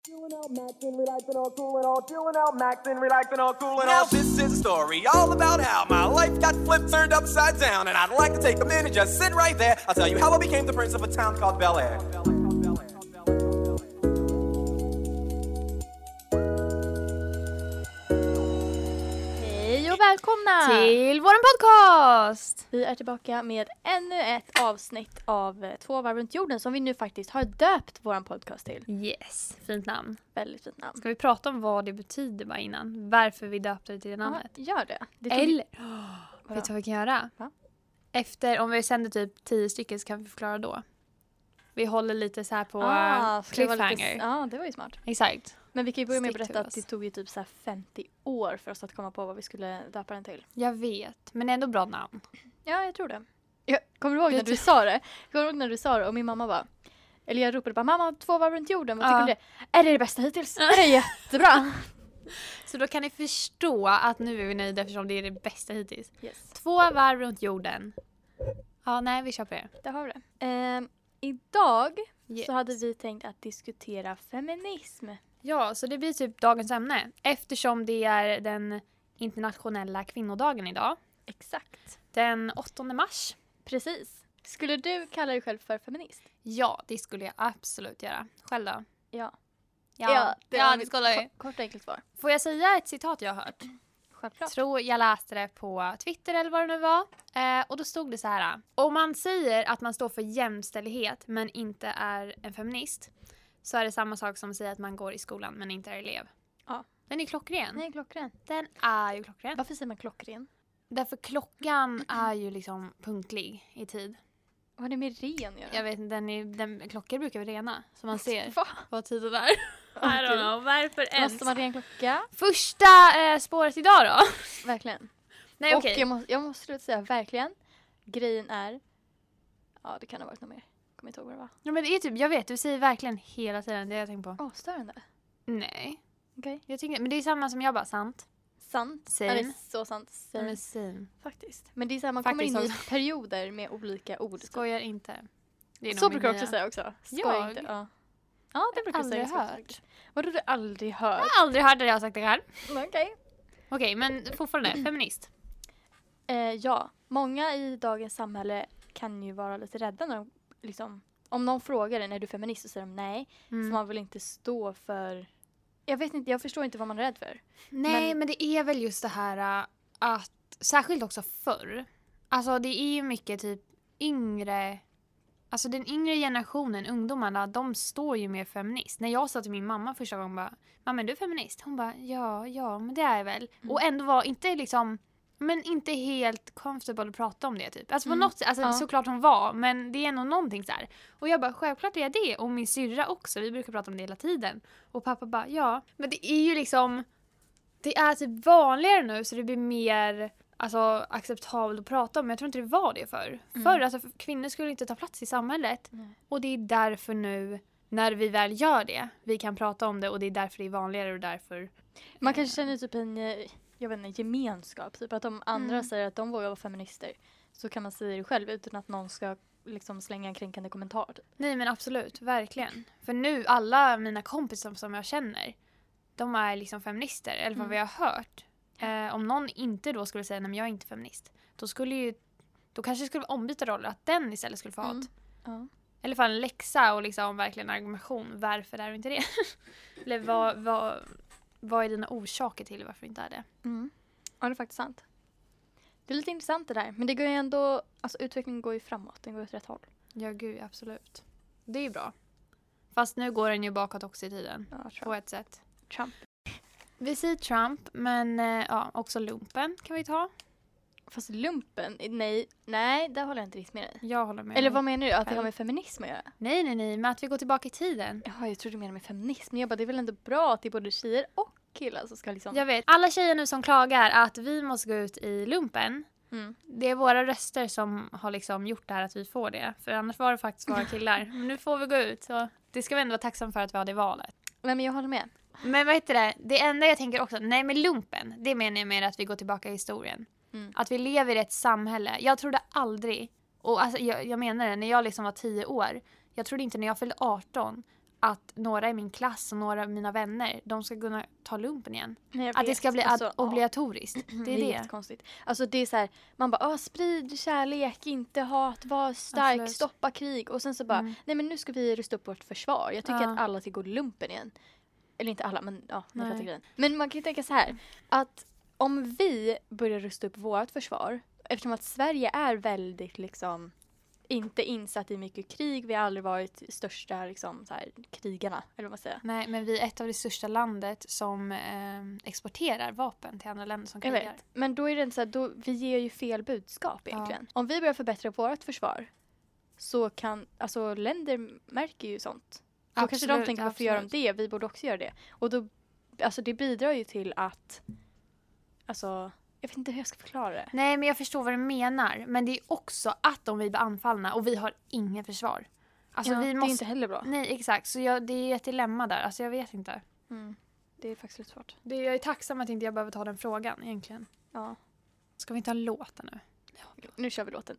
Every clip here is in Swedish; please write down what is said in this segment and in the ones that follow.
Chillin' out, maxin', relaxin', all cool and all. Chillin' out, maxin', relaxin', all cool and all. Now this is a story all about how my life got flipped, turned upside down, and I'd like to take a minute, just sit right there. I'll tell you how I became the prince of a town called Bel Air. Hej och välkomna till våran podcast! Vi är tillbaka med ännu ett avsnitt av 2 varv runt jorden som vi nu faktiskt har döpt våran podcast till. Yes, fint namn. Väldigt fint namn. Ska vi prata om vad det betyder bara innan? Varför vi döpte det till det namnet? Ja, gör det. Eller, vet du vad vi kan göra? Va? Efter, om vi sänder typ 10 stycken så kan vi förklara då. Vi håller lite så här på cliffhanger. Ja, det var ju smart. Exakt. Men vi kan ju börja med att Stick berätta to att det us. tog ju typ så här 50 år för oss att komma på vad vi skulle döpa den till. Jag vet, men ändå bra namn. Ja, jag tror det. Kommer du ihåg när du sa det? Kommer du ihåg när du sa det och min mamma bara... Eller jag ropade bara, mamma, 2 varv runt jorden. Vad tycker du om det? Är det bästa hittills? Är det jättebra? Så då kan ni förstå att nu är vi nöjda eftersom det är det bästa hittills. Yes. 2 varv runt jorden. Ja, nej, vi kör på det. Där har vi det. Idag Yes. så hade vi tänkt att diskutera feminism. Ja, så det blir typ dagens ämne. Eftersom det är den internationella kvinnodagen idag. Exakt. Den 8 mars. Precis. Skulle du kalla dig själv för feminist? Ja, det skulle jag absolut göra. Själv då? Ja. Det skulle jag. Kort och enkelt svar. Får jag säga ett citat jag har hört? Självklart. Tror jag läste det på Twitter eller vad det nu var. Och då stod det så här. Om man säger att man står för jämställdhet men inte är en feminist. Så är det samma sak som att säga att man går i skolan men inte är elev. Ja. Den är klockren. Nej, klockren. Den är ju klockren. Varför säger man klockren? Därför klockan är ju liksom punktlig i tid. Vad har det med ren att göra? Jag vet inte, klockor brukar vi rena. Så man ser Va? vad tiden är. I don't know, varför ens? Måste man ren klocka? Första spåret idag då? Verkligen. Nej, Och okej. jag måste säga, verkligen. Grejen är... Ja, det kan ha varit något mer. Kommer inte ihåg vad det var. Ja, men det är typ, jag vet, du säger verkligen hela tiden det jag tänker på. Störande. Nej, Okej. jag tycker, men det är samma som jag bara, sant? Sant. Same. Ja, det är så sant. Ja, Same. men same. Faktiskt. Men det är så här, man Faktiskt kommer in i också. perioder med olika ord. Skojar inte. Det är nog Så min brukar jag också nya. säga också. Skoja Jag? inte. Ja. Ja, det brukar jag Aldrig säga. hört. Vad har du aldrig hört? Jag har aldrig hört att jag har sagt det här. Okej. Okej, men fortfarande, feminist. Ja, många i dagens samhälle kan ju vara lite rädda när de, liksom, om någon frågar en, är du feminist? Så säger de nej. För man vill inte stå för... Jag vet inte, jag förstår inte vad man är rädd för. Nej, men det är väl just det här att, särskilt också förr. Alltså det är ju mycket typ yngre, alltså den yngre generationen, ungdomarna, de står ju mer feminist. När jag sa till min mamma första gången bara, mamma är du feminist? Hon bara, ja, men det är jag väl. Och ändå var inte liksom, men inte helt comfortable att prata om det typ. Alltså på något sätt, alltså såklart hon var, men det är nog någonting så här. Och jag bara, självklart är jag det. Och min syrra också, vi brukar prata om det hela tiden. Och pappa bara, ja. Men det är ju liksom, det är typ vanligare nu så det blir mer alltså, acceptabelt att prata om. Men jag tror inte det var det förr. Förr, alltså kvinnor skulle inte ta plats i samhället. Och det är därför nu, när vi väl gör det, vi kan prata om det. Och det är därför det är vanligare och därför... Man kanske känner typ en, jag vet inte, gemenskap. Typ att om andra säger att de vågar vara feminister så kan man säga det själv utan att någon ska liksom slänga en kränkande kommentar. Typ. Nej men absolut, verkligen. För nu, alla mina kompisar som jag känner, de är liksom feminister. Eller vad vi har hört. Om någon inte då skulle säga, nej men jag är inte feminist. Då kanske det skulle ombyta roller. Att den istället skulle få hat. Ja. Eller för en läxa och liksom verkligen argumentation. Varför är du inte det? Eller vad är dina orsaker till varför du inte är det? Ja, det är faktiskt sant. Det är lite intressant det där. Men det går ju ändå, alltså utvecklingen går ju framåt. Den går åt rätt håll. Ja gud, absolut. Det är ju bra. Fast nu går den ju bakåt också i tiden. Ja, På ett sätt. Trump. Vi säger Trump, men också lumpen kan vi ta. Fast lumpen, nej, där håller jag inte riktigt med dig. Jag håller med. Eller dig. vad menar du? Att det har med feminism att göra? Nej, men att vi går tillbaka i tiden. Ja, jag tror du menar med feminism. Men jag bara, det är väl ändå bra att det är både tjejer och killar som ska liksom... Jag vet, alla tjejer nu som klagar att vi måste gå ut i lumpen. Det är våra röster som har liksom gjort det här att vi får det. För annars var det faktiskt våra killar. Men nu får vi gå ut. Så det ska vi ändå vara tacksam för att vi har det valet. Nej, men jag håller med. Men vad heter det? Det enda jag tänker också, nej men lumpen, det menar jag med att vi går tillbaka i historien. Att vi lever i ett samhälle. Jag trodde aldrig, och alltså, jag menar det, när jag liksom var 10 år, jag trodde inte när jag fyllde 18 att några i min klass och några av mina vänner, de ska kunna ta lumpen igen. Nej, Att det ska bli obligatoriskt. Det är det. jättekonstigt. Alltså det är så här, man bara sprid kärlek, inte hat, var stark, Absolut. stoppa krig. Och sen så bara, nej men nu ska vi rusta upp vårt försvar. Jag tycker att alla ska gå lumpen igen. Eller inte alla, men ja, ni fattar grejen. Men man kan ju tänka så här, att om vi börjar rusta upp vårt försvar, eftersom att Sverige är väldigt liksom inte insatt i mycket krig. Vi har aldrig varit största liksom, så här, krigarna, eller vad man säger. Nej, men vi är ett av det största landet som exporterar vapen till andra länder som Jag krigar. vet. Men då är det inte så här, vi ger ju fel budskap egentligen. Om vi börjar förbättra vårt försvar så kan, alltså länder märker ju sånt. Då kanske de tänker, varför gör de det? Vi borde också göra det. Och då, alltså det bidrar ju till att, alltså, jag vet inte hur jag ska förklara det. Nej, men jag förstår vad du menar. Men det är också att om vi blir anfallna och vi har ingen försvar. Alltså Ja, vi det är måste... inte heller bra. Nej, exakt. Så det är ett dilemma där. Alltså jag vet inte. Det är faktiskt lite svårt. Jag är tacksam att inte jag behöver ta den frågan egentligen. Ja. Ska vi inte ha låten nu? Nu kör vi låten.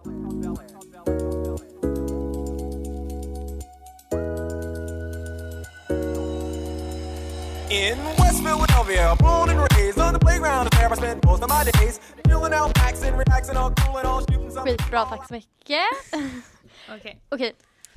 In West Philadelphia, born and raised on the playground is where I spend most of my days. Chilling out, maxing, relaxing, all cool and all shooting some. Skitbra, tack så mycket. Okej. Okej.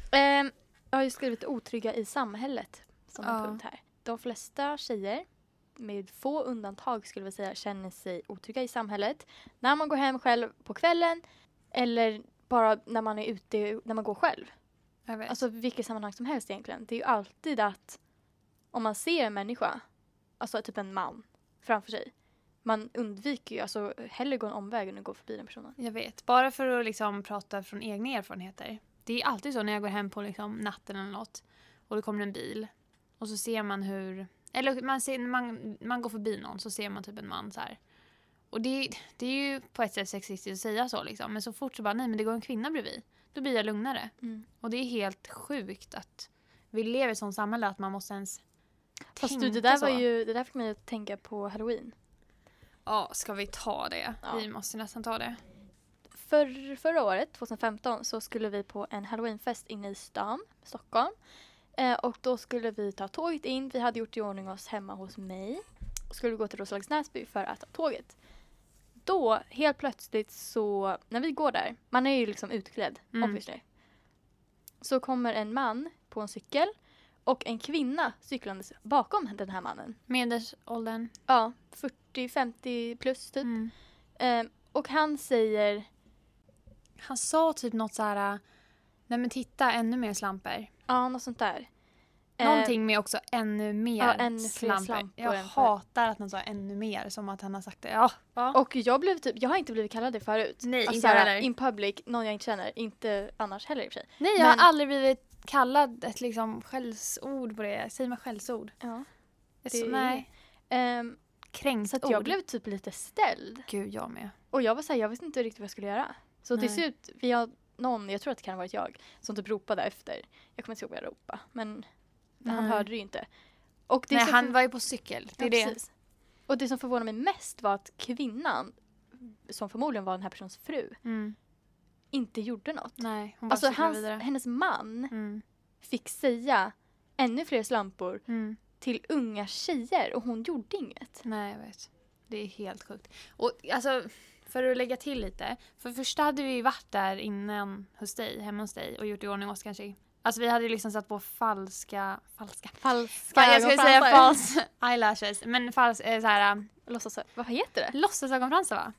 Jag har ju skrivit otrygga i samhället som en punkt här. De flesta tjejer, med få undantag skulle vi säga, känner sig otrygga i samhället. När man går hem själv på kvällen eller bara när man är ute, när man går själv. Jag vet. Alltså vilket sammanhang som helst egentligen. Det är ju alltid att om man ser en människa, alltså typ en man framför sig, man undviker ju, alltså hellre gå en omväg än att gå förbi den personen. Jag vet. Bara för att liksom prata från egna erfarenheter. Det är alltid så när jag går hem på liksom natten eller något och det kommer en bil och så ser man hur, eller man ser, när man går förbi någon så ser man typ en man så här. Och det är ju på ett sätt sexistiskt att säga så liksom, men så fort så bara nej, men det går en kvinna bredvid. Då blir jag lugnare. Och det är helt sjukt att vi lever i ett sånt samhälle att man måste ens Fast tänka det där så. var ju, det där fick mig att tänka på Halloween. Ja, ska vi ta det? Ja. Vi måste nästan ta det. Förra året, 2015, så skulle vi på en Halloweenfest inne i stan, Stockholm. Och då skulle vi ta tåget in. Vi hade gjort i ordning oss hemma hos mig. Och skulle gå till Roslags Näsby för att ta tåget. Då, helt plötsligt så, när vi går där, man är ju liksom utklädd, obviously. Så kommer en man på en cykel och en kvinna cyklandes bakom den här mannen. Medelåldern. Ja, 40-50 plus typ. Och han säger... Han sa typ något så här: nej men titta, ännu mer slampor. Ja, något sånt där. Någonting med också ännu mer ännu fler slampor Jag än förr. hatar att han sa ännu mer, som att han har sagt det. Ja. Och jag har inte blivit kallad det förut. Nej, alltså, inte jag heller. in public, någon jag inte känner. Inte annars heller i och för sig. Nej, jag har aldrig blivit kallad ett liksom skällsord på det. Säger man skällsord? Ja. Nej. Kränkt Så att ord. jag blev typ lite ställd. Gud, jag med. Och jag var såhär, jag visste inte riktigt vad jag skulle göra. Så Nej. till slut, vi har någon, jag tror att det kan ha varit jag, som typ ropade efter. Jag kommer inte ihåg vad jag ropade, men han hörde det ju inte. Och det Nej, han var ju på cykel. Det är det. Precis. Och det som förvånade mig mest var att kvinnan, som förmodligen var den här personens fru, inte gjorde något. Nej, hon bara Alltså cyklade vidare. hennes man fick säga ännu fler slampor till unga tjejer och hon gjorde inget. Nej, jag vet. Det är helt sjukt. Och alltså, för att lägga till lite. För först hade vi varit där innan hemma hos dig och gjort i ordning oss kanske. Alltså vi hade liksom satt på falska Jag skulle säga false eyelashes. Men så här, vad heter det? låtsasögonfransar, va?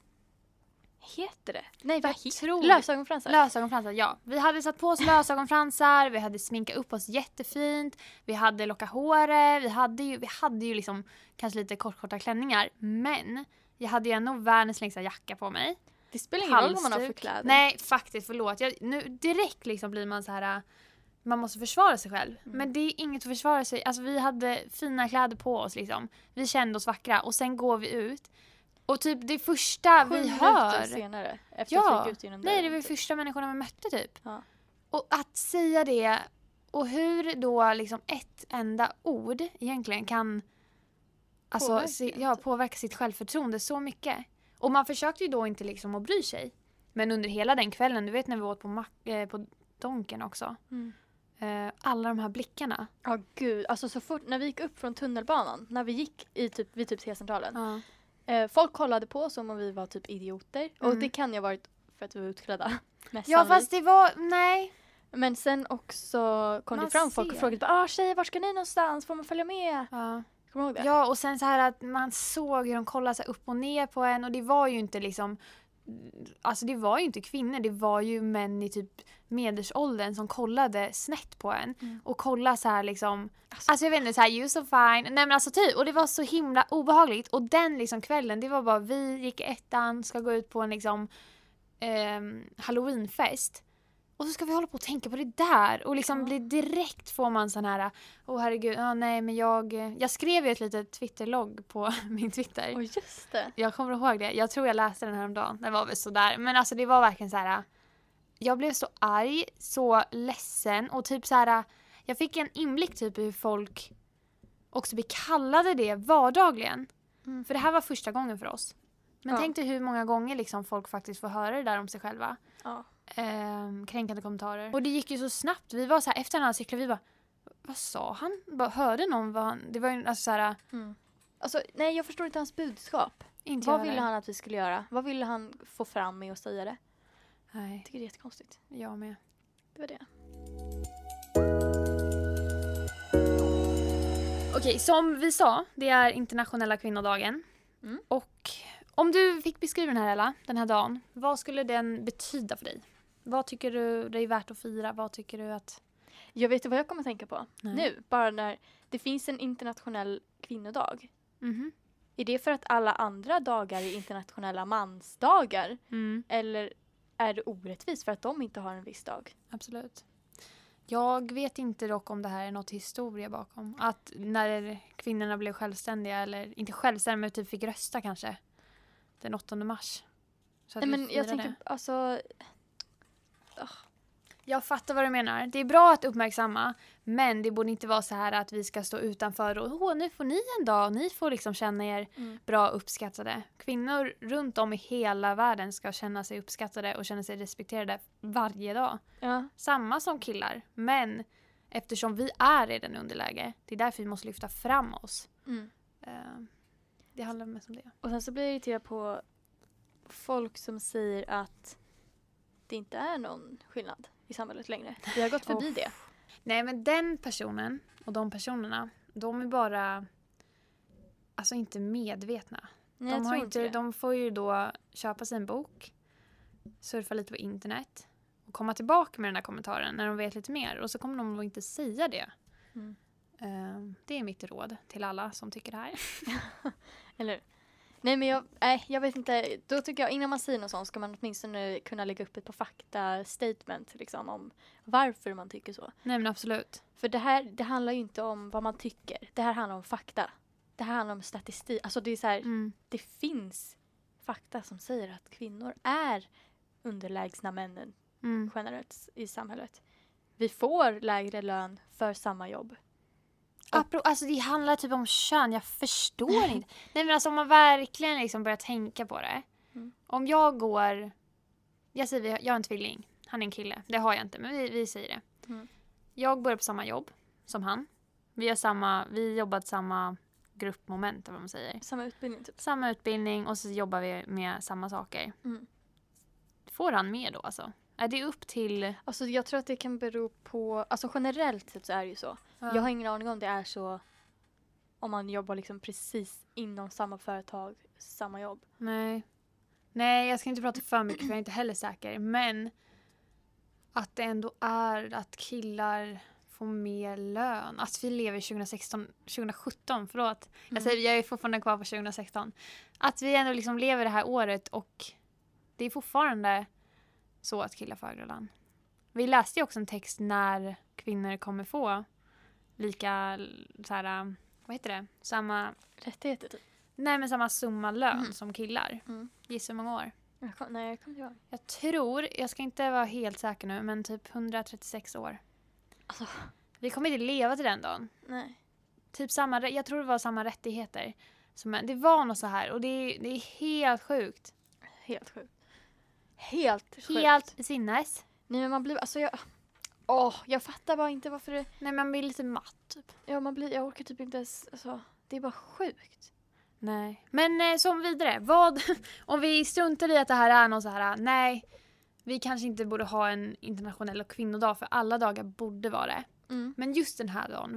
Heter det? Nej, vad tror- lösögonfransar. Lösögonfransar, ja. Vi hade satt på oss lösögonfransar, vi hade sminkat upp oss jättefint, vi hade lockat håret, vi hade ju liksom kanske lite korta klänningar, men jag hade ju ändå världens längsta jacka på mig. Det spelar ingen roll vad man har för Halsduk. kläder. Nej, faktiskt, förlåt. Nu direkt liksom blir man så här, man måste försvara sig själv. Men det är inget att försvara sig. Alltså vi hade fina kläder på oss liksom. Vi kände oss vackra och sen går vi ut. Och typ det första 7 vi minuter hör. senare, efter att vi gick ut genom dörren. Nej, det var ju första människorna vi mötte typ. Ja. Och att säga det, och hur då liksom ett enda ord egentligen kan alltså, påverka sitt självförtroende så mycket. Och man försökte ju då inte liksom att bry sig. Men under hela den kvällen, du vet när vi åt på Donken också. alla de här blickarna. Ja, gud. Alltså så fort när vi gick upp från tunnelbanan, när vi gick vid typ C-centralen. Folk kollade på oss som om vi var typ idioter. Och det kan ju ha varit för att vi var utklädda. Ja, fast det var... Nej. Men sen också kom det fram folk och frågade tjejer, var ska ni någonstans? Får man följa med? Ja. Kommer du ihåg det? Ja, och sen så här att man såg hur de kollade så här upp och ner på en. Och det var ju inte liksom... Alltså det var ju inte kvinnor. Det var ju män i typ medelåldern som kollade snett på en. Och kollade så här liksom... Alltså jag vet inte, så här, you so fine. Nej men alltså typ. Och det var så himla obehagligt. Och den liksom kvällen, det var bara vi gick ettan, ska gå ut på en liksom Halloweenfest. Och så ska vi hålla på och tänka på det där. Och liksom bli direkt får man sån här... herregud, nej men jag skrev ju ett litet Twitterlogg på min Twitter. Just det. Jag kommer ihåg det. Jag tror jag läste den här om dagen. Den var väl sådär. Men alltså det var verkligen så här. Jag blev så arg, så ledsen. Och typ så här. Jag fick en inblick typ i hur folk också kallade det vardagligen. För det här var första gången för oss. Men tänk dig hur många gånger liksom folk faktiskt får höra det där om sig själva. Ja. Kränkande kommentarer. Och det gick ju så snabbt. Vi var så här, efter den här cykeln, vi bara, vad sa han? Bara, hörde någon vad han... Det var ju alltså så här... Alltså, nej, jag förstår inte hans budskap. Inte vad ville han att vi skulle göra? Vad ville han få fram med att säga det? Nej. Jag tycker det är jättekonstigt. Jag med. Det var det. Okej, som vi sa, det är internationella kvinnodagen. Och om du fick beskriva den här, Ella, den här dagen, vad skulle den betyda för dig? Vad tycker du det är värt att fira? Vad tycker du att... Jag vet inte vad jag kommer att tänka på nu. Bara när det finns en internationell kvinnodag. Är det för att alla andra dagar är internationella mansdagar? Eller är det orättvist för att de inte har en viss dag? Absolut. Jag vet inte dock om det här är något historia bakom. Att när kvinnorna blev självständiga, eller inte självständiga men typ fick rösta kanske. Den 8 mars. Så att nej, men jag tänker, alltså... Jag fattar vad du menar. Det är bra att uppmärksamma, men det borde inte vara så här att vi ska stå utanför och nu får ni en dag, ni får liksom känna er bra uppskattade. Kvinnor runt om i hela världen ska känna sig uppskattade och känna sig respekterade varje dag. Ja. Samma som killar, men eftersom vi är i den underläge, det är därför vi måste lyfta fram oss. Det handlar mest om det. Och sen så blir jag irriterad på folk som säger att det inte är någon skillnad i samhället längre. Vi har gått förbi det. Nej, men den personen och de personerna, de är bara alltså inte medvetna. Nej, De får ju då köpa sin bok, surfa lite på internet och komma tillbaka med den här kommentaren när de vet lite mer. Och så kommer de nog inte säga det. Det är mitt råd till alla som tycker det här. Eller nej, men jag vet inte. Då tycker jag, innan man säger något sånt ska man åtminstone kunna lägga upp ett par fakta-statement liksom, om varför man tycker så. Nej, men absolut. För det handlar ju inte om vad man tycker. Det här handlar om fakta. Det här handlar om statistik. Alltså det är så här, det finns fakta som säger att kvinnor är underlägsna männen generellt i samhället. Vi får lägre lön för samma jobb. Alltså det handlar typ om kön, jag förstår inte. Nej, men alltså om man verkligen liksom börjar tänka på det. Om jag går, jag säger jag har en tvilling, han är en kille, det har jag inte, men vi säger det. Jag börjar på samma jobb som han. Vi jobbat samma gruppmoment, vad man säger. Samma utbildning typ. Samma utbildning och så jobbar vi med samma saker. Får han mer då alltså? Är det upp till... Alltså jag tror att det kan bero på... Alltså generellt sett så är det ju så. Ja. Jag har ingen aning om det är så om man jobbar liksom precis inom samma företag, samma jobb. Nej, jag ska inte prata för mycket för jag är inte heller säker. Men att det ändå är att killar får mer lön. Att vi lever 2017, förlåt. Jag är fortfarande kvar på 2016. Att vi ändå liksom lever det här året och det är fortfarande... så att killar får högre lön. Vi läste ju också en text när kvinnor kommer få lika så här, vad heter det? Samma rättigheter typ. Nej, men samma summa lön som killar. Gissa hur många år? Jag kommer inte ihåg. Jag tror, jag ska inte vara helt säker nu, men typ 136 år. Alltså, vi kommer inte leva till den dagen. Nej. Typ jag tror det var samma rättigheter. Det var något så här och det är helt sjukt. Helt sjukt. Helt sinnes. Nej, men man blir... Alltså Jag fattar bara inte varför det... Nej, man blir lite matt typ. Ja, jag orkar typ inte ens... Alltså, det är bara sjukt. Nej. Men som vidare, om vi struntar i att det här är någon så här, nej, vi kanske inte borde ha en internationell kvinnodag för alla dagar borde vara det. Men just den här dagen,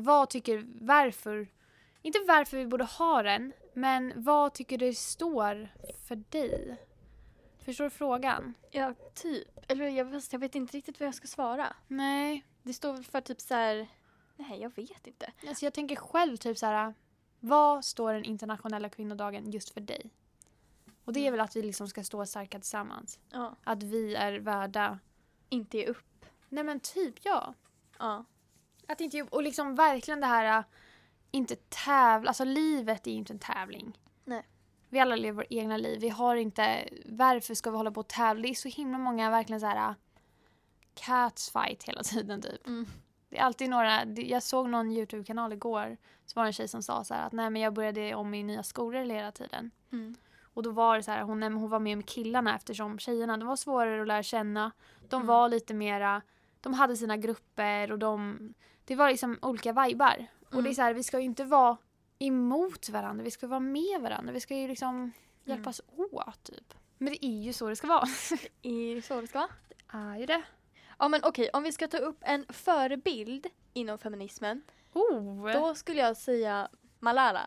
inte varför vi borde ha den, men vad tycker du står för dig? Förstår du frågan? Ja, typ. Eller jag vet inte riktigt vad jag ska svara. Nej. Det står väl för typ så här... Nej, jag vet inte. Alltså jag tänker själv typ så här, vad står den internationella kvinnodagen just för dig? Och det är väl att vi liksom ska stå starka tillsammans. Ja. Att vi är värda. Inte ge upp. Nej men typ, ja. Ja. Att inte ge upp. Och liksom verkligen det här, inte tävla. Alltså livet är ju inte en tävling. Nej. Vi alla lever våra egna liv. Vi har inte, varför ska vi hålla på och tävla? Det är så himla många verkligen så här cats fight hela tiden typ. Det är alltid jag såg någon YouTube-kanal igår, så var det en tjej som sa så här att nej men jag började om i nya skolor hela tiden. Och då var det så här, hon var med killarna eftersom tjejerna, de var svårare att lära känna. De var lite mera, de hade sina grupper och det var liksom olika vibar. Och det är så här, vi ska ju inte vara emot varandra, vi ska vara med varandra. Vi ska ju liksom hjälpas åt typ. Men det är ju så det ska vara. Det är ju så det ska vara. Det är ju det. Ja men okej, om vi ska ta upp en förebild inom feminismen. Då skulle jag säga Malala.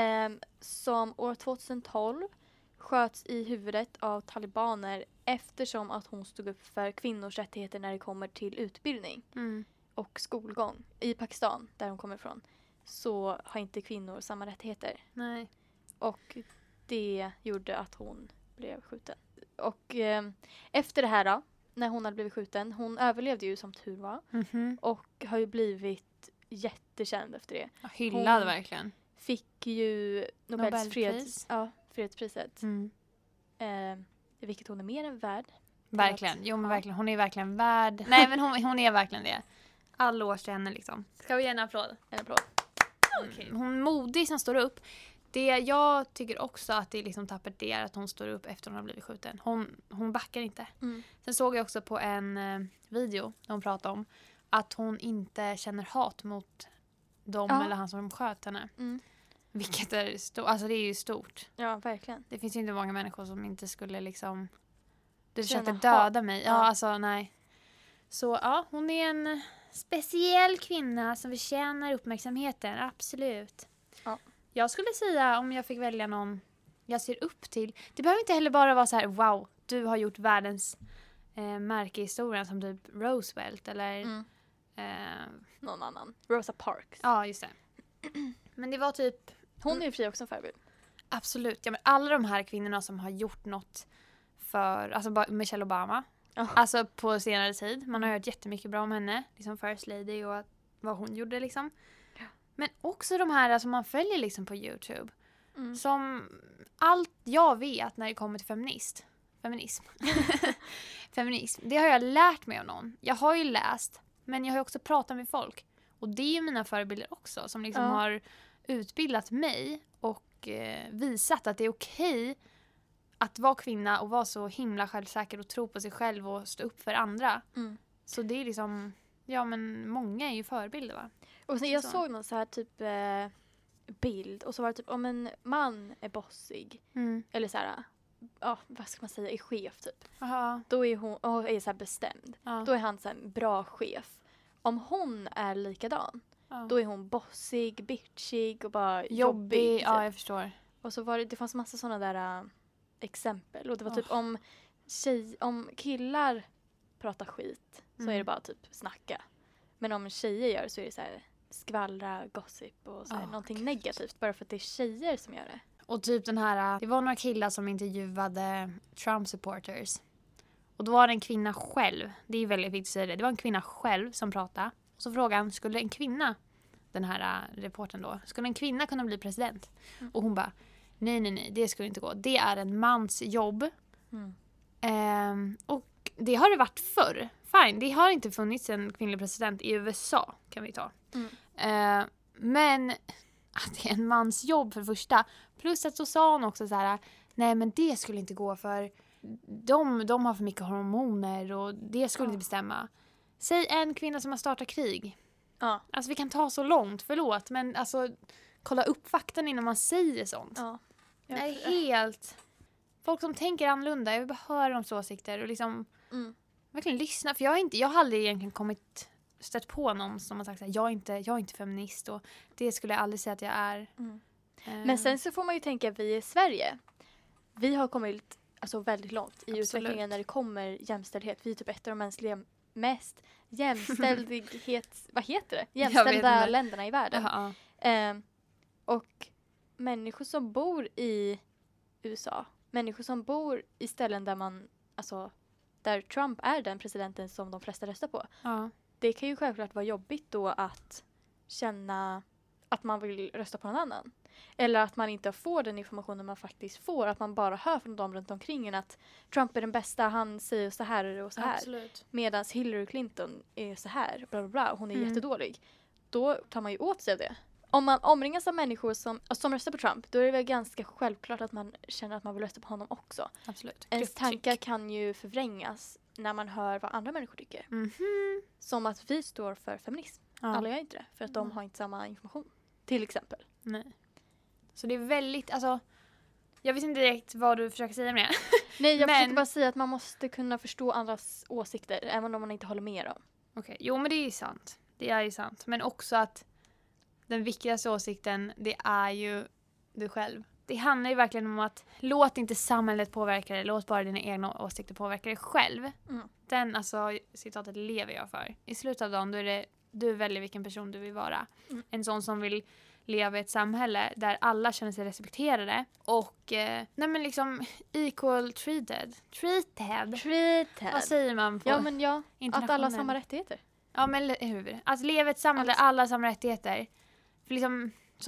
Som år 2012 sköts i huvudet av talibaner eftersom att hon stod upp för kvinnors rättigheter när det kommer till utbildning och skolgång. I Pakistan, där hon kommer ifrån, så har inte kvinnor samma rättigheter. Nej. Och det gjorde att hon blev skjuten. Och efter det här då, när hon hade blivit skjuten, hon överlevde ju som tur var. Och har ju blivit jättekänd efter det. Hyllad hon verkligen. Fick ju Nobelpris. fredspriset. Vilket hon är mer än värd. Verkligen. Jo men verkligen. Hon är verkligen värd. Nej men hon är verkligen det. All års till henne liksom. Ska vi ge en applåd? En applåd. Okay. Hon modig som står upp. Det jag tycker också att det är liksom tappert, det är att hon står upp efter hon har blivit skjuten. Hon backar inte. Sen såg jag också på en video där hon pratade om att hon inte känner hat mot dem eller han som sköt henne. Vilket är alltså det är ju stort. Ja, verkligen. Det finns ju inte många människor som inte skulle liksom du känna försökte döda hat. mig. Ja, alltså nej. Så ja, hon är en speciell kvinna som förtjänar uppmärksamheten. Absolut. Ja. Jag skulle säga om jag fick välja någon jag ser upp till. Det behöver inte heller bara vara så här, wow, du har gjort världens märke i historien som typ Roosevelt eller någon annan. Rosa Parks. Ja, just det. Men det var typ hon är ju fri också en förebild. Absolut. Ja, men alla de här kvinnorna som har gjort något för alltså Michelle Obama. Alltså på senare tid. Man har hört jättemycket bra om henne. Liksom First Lady och vad hon gjorde liksom. Ja. Men också de här som man följer liksom på YouTube. Som allt jag vet när det kommer till feminism. Feminism. Det har jag lärt mig av någon. Jag har ju läst. Men jag har också pratat med folk. Och det är ju mina förebilder också. Som liksom har utbildat mig. Och visat att det är okej att vara kvinna och vara så himla självsäker och tro på sig själv och stå upp för andra. Så det är liksom, ja men många är ju förebilder va? Och sen jag såg någon så här typ bild och så var det typ om en man är bossig eller så här, vad ska man säga, är chef typ. Då är hon är så här bestämd. Då är han så här en bra chef. Om hon är likadan, då är hon bossig, bitchig och bara jobbig. Typ. Ja, jag förstår. Och så var det fanns massa sådana där exempel. Och det var typ om killar pratar skit så är det bara typ snacka. Men om tjejer gör så är det så här skvallra, gossip och så här, någonting negativt. Bara för att det är tjejer som gör det. Och typ den här, det var några killar som intervjuade Trump supporters. Och då var det en kvinna själv, det är väldigt viktigt att säga det. Det var en kvinna själv som pratade. Och så frågade han, skulle en kvinna, den här reportern då, skulle en kvinna kunna bli president? Och hon bara, nej, det skulle inte gå. Det är en mans jobb. Och det har det varit förr. Fine, det har inte funnits en kvinnlig president i USA, kan vi ta. Men att det är en mans jobb för det första. Plus att så sa hon också så här, nej men det skulle inte gå för de har för mycket hormoner och det skulle inte bestämma. säg en kvinna som har startat krig. Ja. Alltså vi kan ta så långt, förlåt. Men alltså, kolla upp faktan innan man säger sånt. Ja. Det är helt... Folk som tänker annorlunda, jag vill bara höra deras åsikter och liksom verkligen lyssna. För jag har aldrig egentligen stött på någon som har sagt så här, jag är inte feminist och det skulle jag aldrig säga att jag är. Men sen så får man ju tänka att vi i Sverige, vi har kommit alltså väldigt långt i utvecklingen när det kommer jämställdhet. Vi är typ ett av de mest jämställda länderna i världen. Och människor som bor i USA, människor som bor i ställen där man, alltså där Trump är den presidenten som de flesta röstar på. Ja. Det kan ju självklart vara jobbigt då att känna att man vill rösta på någon annan. Eller att man inte får den informationen man faktiskt får. Att man bara hör från dem runt omkring en att Trump är den bästa, han säger så här och så här. Absolut. Medan Hillary Clinton är så här, bla bla bla, hon är jättedålig. Då tar man ju åt sig av det. Om man omringas av människor som röstar på Trump, då är det väl ganska självklart att man känner att man vill rösta på honom också. Absolut. Ens tankar kan ju förvrängas när man hör vad andra människor tycker. Som att vi står för feminism. Ja. Alla gör inte det, för att de har inte samma information. Till exempel. Nej. Så det är väldigt, alltså... Jag vet inte direkt vad du försöker säga med det. Nej, jag försöker bara säga att man måste kunna förstå andras åsikter, även om man inte håller med dem. Okej, jo men det är ju sant. Det är ju sant. Men också att den viktigaste åsikten, det är ju du själv. Det handlar ju verkligen om att låt inte samhället påverka dig, låt bara dina egna åsikter påverka dig själv. Den, alltså, citatet lever jag för. I slutet av dagen, då är det du väljer vilken person du vill vara. En sån som vill leva i ett samhälle där alla känner sig respekterade och nej men liksom equal treated. Vad säger man på att alla har samma rättigheter. Ja, men hur? Att leva i ett samhälle där alla har samma rättigheter. För liksom,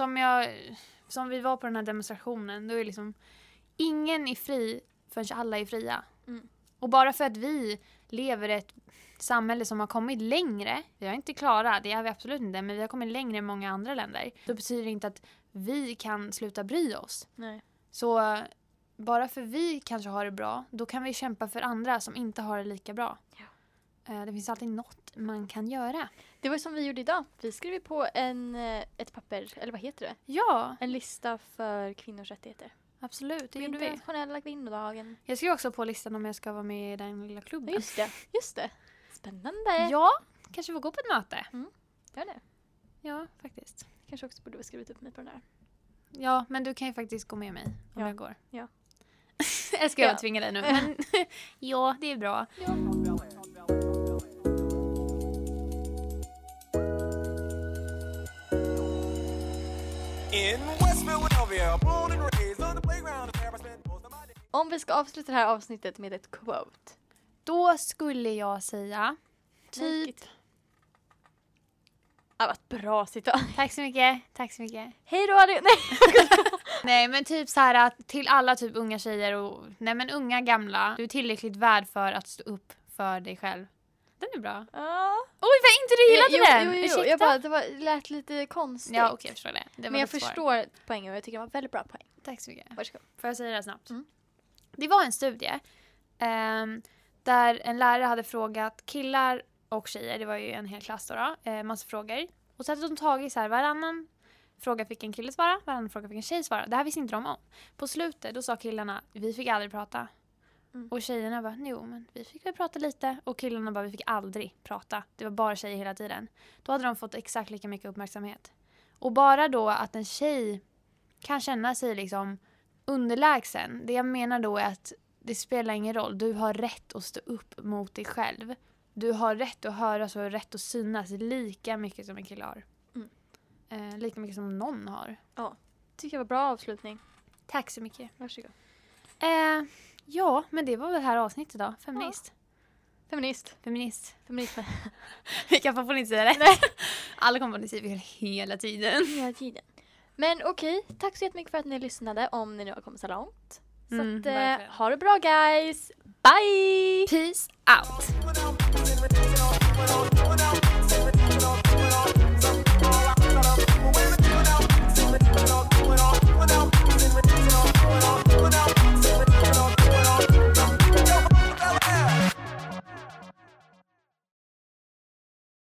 som vi var på den här demonstrationen, då är liksom ingen är fri förrän alla är fria. Och bara för att vi lever i ett samhälle som har kommit längre, vi har inte klarat, det är vi absolut inte, men vi har kommit längre än många andra länder. Då betyder det inte att vi kan sluta bry oss. Nej. Så bara för vi kanske har det bra, då kan vi kämpa för andra som inte har det lika bra. Ja. Det finns alltid något man kan göra. Det var som vi gjorde idag. Vi skrev på ett papper, eller vad heter det? Ja. En lista för kvinnors rättigheter. Absolut, det gjorde vi. Internationella kvinnodagen. Jag skrev också på listan om jag ska vara med i den lilla klubben. Just det. Spännande. Ja, kanske får gå på ett möte. Gör det. Ja, faktiskt. Kanske också borde ha skrivit upp mig på den där. Ja, men du kan ju faktiskt gå med mig om jag går. Ja. Jag ska tvinga dig nu. Men ja, det är bra. Ja. Om vi ska avsluta det här avsnittet med ett quote. Då skulle jag säga typ... Det var ett bra citat. Tack så mycket. Hej då, Nej. Nej, men typ så här att till alla typ unga tjejer och unga gamla, du är tillräckligt värd för att stå upp för dig själv. Den är bra. Oj, vad inte du gillade den? Jo. Jag bara, det lät lite konstigt. Ja, okej, jag förstår det. Men jag förstår poängen och jag tycker det var väldigt bra poäng. Tack så mycket. Varsågod. Får jag säga det här snabbt? Det var en studie där en lärare hade frågat killar och tjejer, det var ju en hel klass då, massa frågor. Och så hade de tagit så här, varannan fråga fick en kille svara, varannan fråga fick en tjej svara. Det här visste inte de om. På slutet, då sa killarna, vi fick aldrig prata. Och tjejerna bara, jo men vi fick väl prata lite. Och killarna bara, vi fick aldrig prata. Det var bara tjejer hela tiden. Då hade de fått exakt lika mycket uppmärksamhet. Och bara då att en tjej kan känna sig liksom underlägsen. Det jag menar då är att det spelar ingen roll. Du har rätt att stå upp mot dig själv. Du har rätt att höras och rätt att synas lika mycket som en kille har. Lika mycket som någon har. Ja, tycker jag var bra avslutning. Tack så mycket. Varsågod. Ja, men det var väl det här avsnittet då. Feminist. Ja. Feminist. Vi kan få inte säga det. Nej. Alla kommer att säga hela tiden. Men okej, tack så jättemycket för att ni lyssnade om ni nu har kommit så långt. Så att, ha det bra guys. Bye! Peace out!